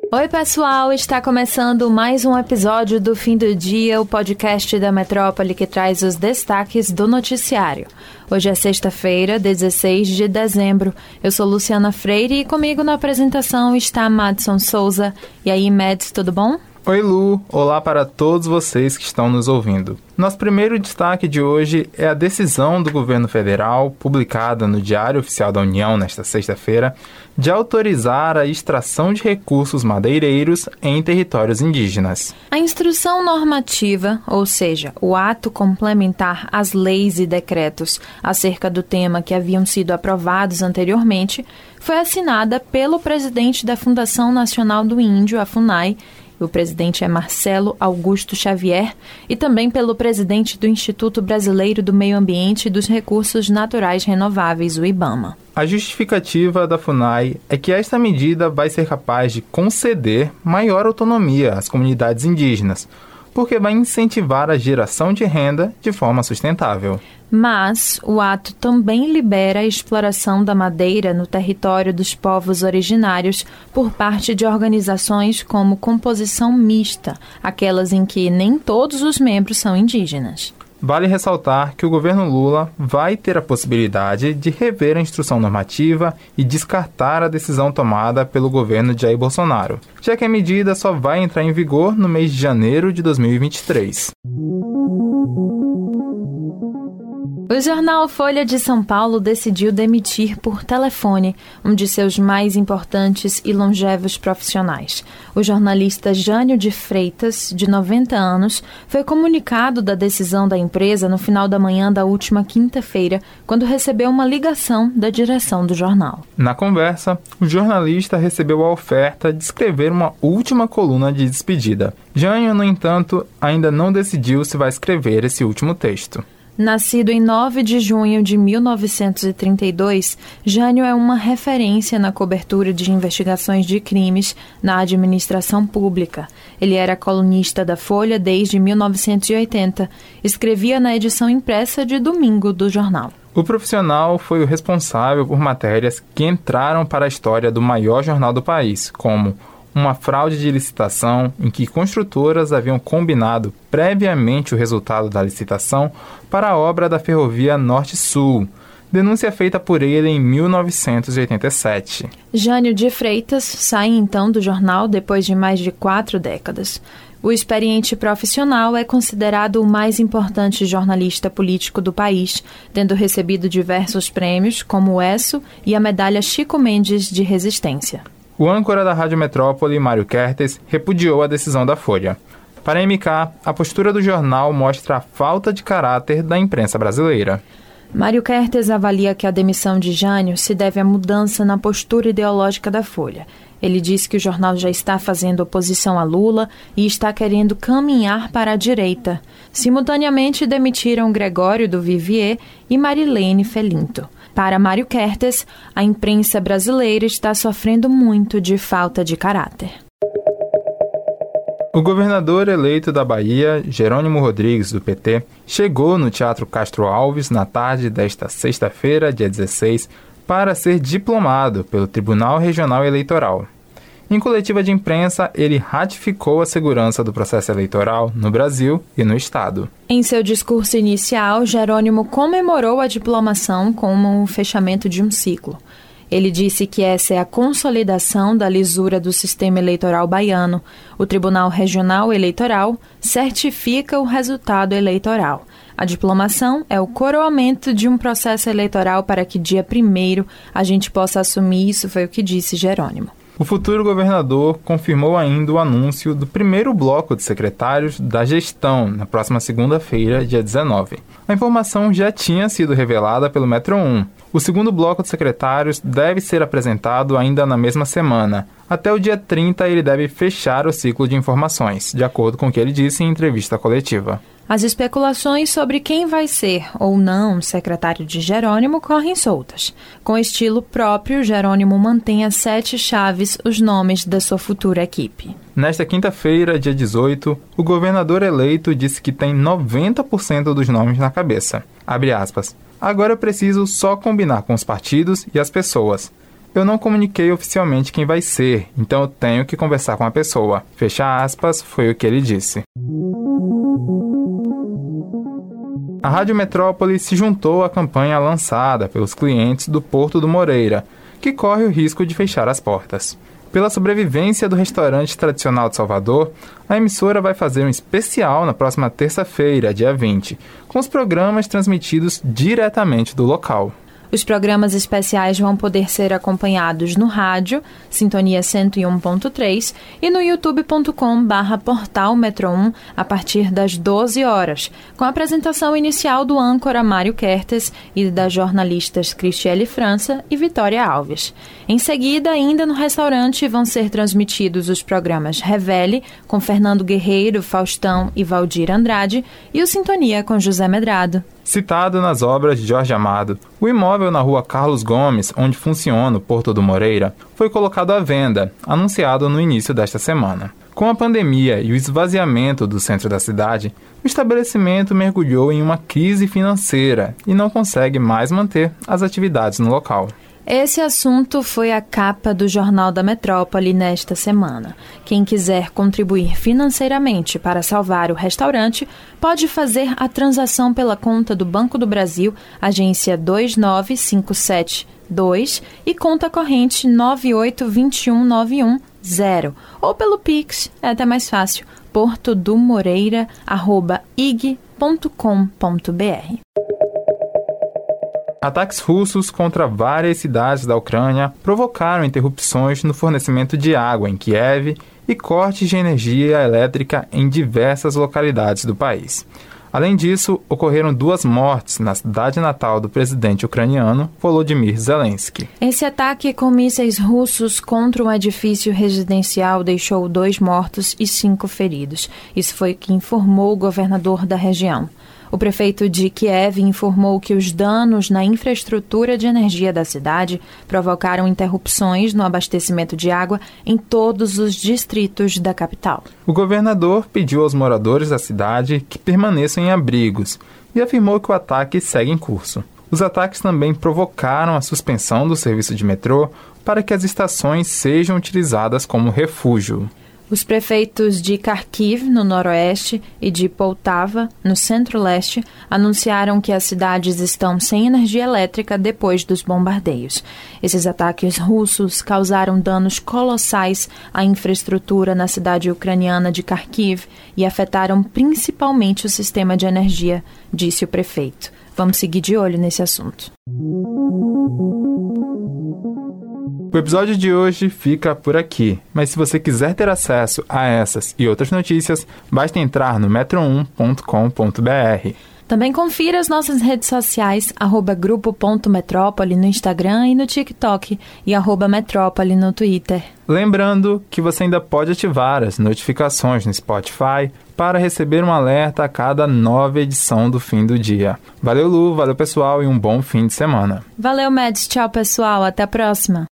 Oi pessoal, está começando mais um episódio do Fim do Dia, o podcast da Metrópole que traz os destaques do noticiário. Hoje é sexta-feira, 16 de dezembro. Eu sou Luciana Freire e comigo na apresentação está Madson Souza. E aí, Mads, tudo bom? Oi Lu, olá para todos vocês que estão nos ouvindo. Nosso primeiro destaque de hoje é a decisão do governo federal, publicada no Diário Oficial da União nesta sexta-feira, de autorizar a extração de recursos madeireiros em territórios indígenas. A instrução normativa, ou seja, o ato complementar às leis e decretos acerca do tema que haviam sido aprovados anteriormente, foi assinada pelo presidente da Fundação Nacional do Índio, a FUNAI. O presidente é Marcelo Augusto Xavier, e também pelo presidente do Instituto Brasileiro do Meio Ambiente e dos Recursos Naturais Renováveis, o IBAMA. A justificativa da FUNAI é que esta medida vai ser capaz de conceder maior autonomia às comunidades indígenas, porque vai incentivar a geração de renda de forma sustentável. Mas o ato também libera a exploração da madeira no território dos povos originários por parte de organizações como composição mista, aquelas em que nem todos os membros são indígenas. Vale ressaltar que o governo Lula vai ter a possibilidade de rever a instrução normativa e descartar a decisão tomada pelo governo de Jair Bolsonaro, já que a medida só vai entrar em vigor no mês de janeiro de 2023. O jornal Folha de São Paulo decidiu demitir por telefone um de seus mais importantes e longevos profissionais. O jornalista Jânio de Freitas, de 90 anos, foi comunicado da decisão da empresa no final da manhã da última quinta-feira, quando recebeu uma ligação da direção do jornal. Na conversa, o jornalista recebeu a oferta de escrever uma última coluna de despedida. Jânio, no entanto, ainda não decidiu se vai escrever esse último texto. Nascido em 9 de junho de 1932, Jânio é uma referência na cobertura de investigações de crimes na administração pública. Ele era colunista da Folha desde 1980. Escrevia na edição impressa de domingo do jornal. O profissional foi o responsável por matérias que entraram para a história do maior jornal do país, como uma fraude de licitação em que construtoras haviam combinado previamente o resultado da licitação para a obra da Ferrovia Norte-Sul, denúncia feita por ele em 1987. Jânio de Freitas sai então do jornal depois de mais de 4 décadas. O experiente profissional é considerado o mais importante jornalista político do país, tendo recebido diversos prêmios, como o ESSO e a medalha Chico Mendes de Resistência. O âncora da Rádio Metrópole, Mário Kertes, repudiou a decisão da Folha. Para a MK, a postura do jornal mostra a falta de caráter da imprensa brasileira. Mário Kertes avalia que a demissão de Jânio se deve à mudança na postura ideológica da Folha. Ele disse que o jornal já está fazendo oposição a Lula e está querendo caminhar para a direita. Simultaneamente, demitiram Gregório do Vivier e Marilene Felinto. Para Mário Kertes, a imprensa brasileira está sofrendo muito de falta de caráter. O governador eleito da Bahia, Jerônimo Rodrigues, do PT, chegou no Teatro Castro Alves na tarde desta sexta-feira, dia 16, para ser diplomado pelo Tribunal Regional Eleitoral. Em coletiva de imprensa, ele ratificou a segurança do processo eleitoral no Brasil e no Estado. Em seu discurso inicial, Jerônimo comemorou a diplomação como o fechamento de um ciclo. Ele disse que essa é a consolidação da lisura do sistema eleitoral baiano. O Tribunal Regional Eleitoral certifica o resultado eleitoral. A diplomação é o coroamento de um processo eleitoral para que dia 1º a gente possa assumir, isso foi o que disse Jerônimo. O futuro governador confirmou ainda o anúncio do primeiro bloco de secretários da gestão na próxima segunda-feira, dia 19. A informação já tinha sido revelada pelo Metro 1. O segundo bloco de secretários deve ser apresentado ainda na mesma semana. Até o dia 30 ele deve fechar o ciclo de informações, de acordo com o que ele disse em entrevista coletiva. As especulações sobre quem vai ser ou não secretário de Jerônimo correm soltas. Com estilo próprio, Jerônimo mantém as 7 chaves os nomes da sua futura equipe. Nesta quinta-feira, dia 18, o governador eleito disse que tem 90% dos nomes na cabeça. Abre aspas. Agora é preciso só combinar com os partidos e as pessoas. Eu não comuniquei oficialmente quem vai ser, então eu tenho que conversar com a pessoa. Fecha aspas, foi o que ele disse. A Rádio Metrópole se juntou à campanha lançada pelos clientes do Porto do Moreira, que corre o risco de fechar as portas. Pela sobrevivência do restaurante tradicional de Salvador, a emissora vai fazer um especial na próxima terça-feira, dia 20, com os programas transmitidos diretamente do local. Os programas especiais vão poder ser acompanhados no rádio, Sintonia 101.3, e no youtube.com/portal Metro 1 a partir das 12 horas, com a apresentação inicial do âncora Mário Kertes e das jornalistas Cristiele França e Vitória Alves. Em seguida, ainda no restaurante, vão ser transmitidos os programas Revele, com Fernando Guerreiro, Faustão e Valdir Andrade, e o Sintonia com José Medrado. Citado nas obras de Jorge Amado, o imóvel na rua Carlos Gomes, onde funciona o Porto do Moreira, foi colocado à venda, anunciado no início desta semana. Com a pandemia e o esvaziamento do centro da cidade, o estabelecimento mergulhou em uma crise financeira e não consegue mais manter as atividades no local. Esse assunto foi a capa do Jornal da Metrópole nesta semana. Quem quiser contribuir financeiramente para salvar o restaurante, pode fazer a transação pela conta do Banco do Brasil, agência 29572 e conta corrente 9821910, ou pelo Pix, é até mais fácil, portodomoreira@ig.com.br. Ataques russos contra várias cidades da Ucrânia provocaram interrupções no fornecimento de água em Kiev e cortes de energia elétrica em diversas localidades do país. Além disso, ocorreram 2 mortes na cidade natal do presidente ucraniano, Volodymyr Zelensky. Esse ataque com mísseis russos contra um edifício residencial deixou 2 mortos e 5 feridos. Isso foi o que informou o governador da região. O prefeito de Kiev informou que os danos na infraestrutura de energia da cidade provocaram interrupções no abastecimento de água em todos os distritos da capital. O governador pediu aos moradores da cidade que permaneçam em abrigos e afirmou que o ataque segue em curso. Os ataques também provocaram a suspensão do serviço de metrô para que as estações sejam utilizadas como refúgio. Os prefeitos de Kharkiv, no noroeste, e de Poltava, no centro-leste, anunciaram que as cidades estão sem energia elétrica depois dos bombardeios. Esses ataques russos causaram danos colossais à infraestrutura na cidade ucraniana de Kharkiv e afetaram principalmente o sistema de energia, disse o prefeito. Vamos seguir de olho nesse assunto. O episódio de hoje fica por aqui, mas se você quiser ter acesso a essas e outras notícias, basta entrar no metro1.com.br. Também confira as nossas redes sociais, @grupo.metrópole no Instagram e no TikTok e @metrópole no Twitter. Lembrando que você ainda pode ativar as notificações no Spotify para receber um alerta a cada nova edição do Fim do Dia. Valeu, Lu, valeu pessoal e um bom fim de semana. Valeu, Mads. Tchau, pessoal. Até a próxima.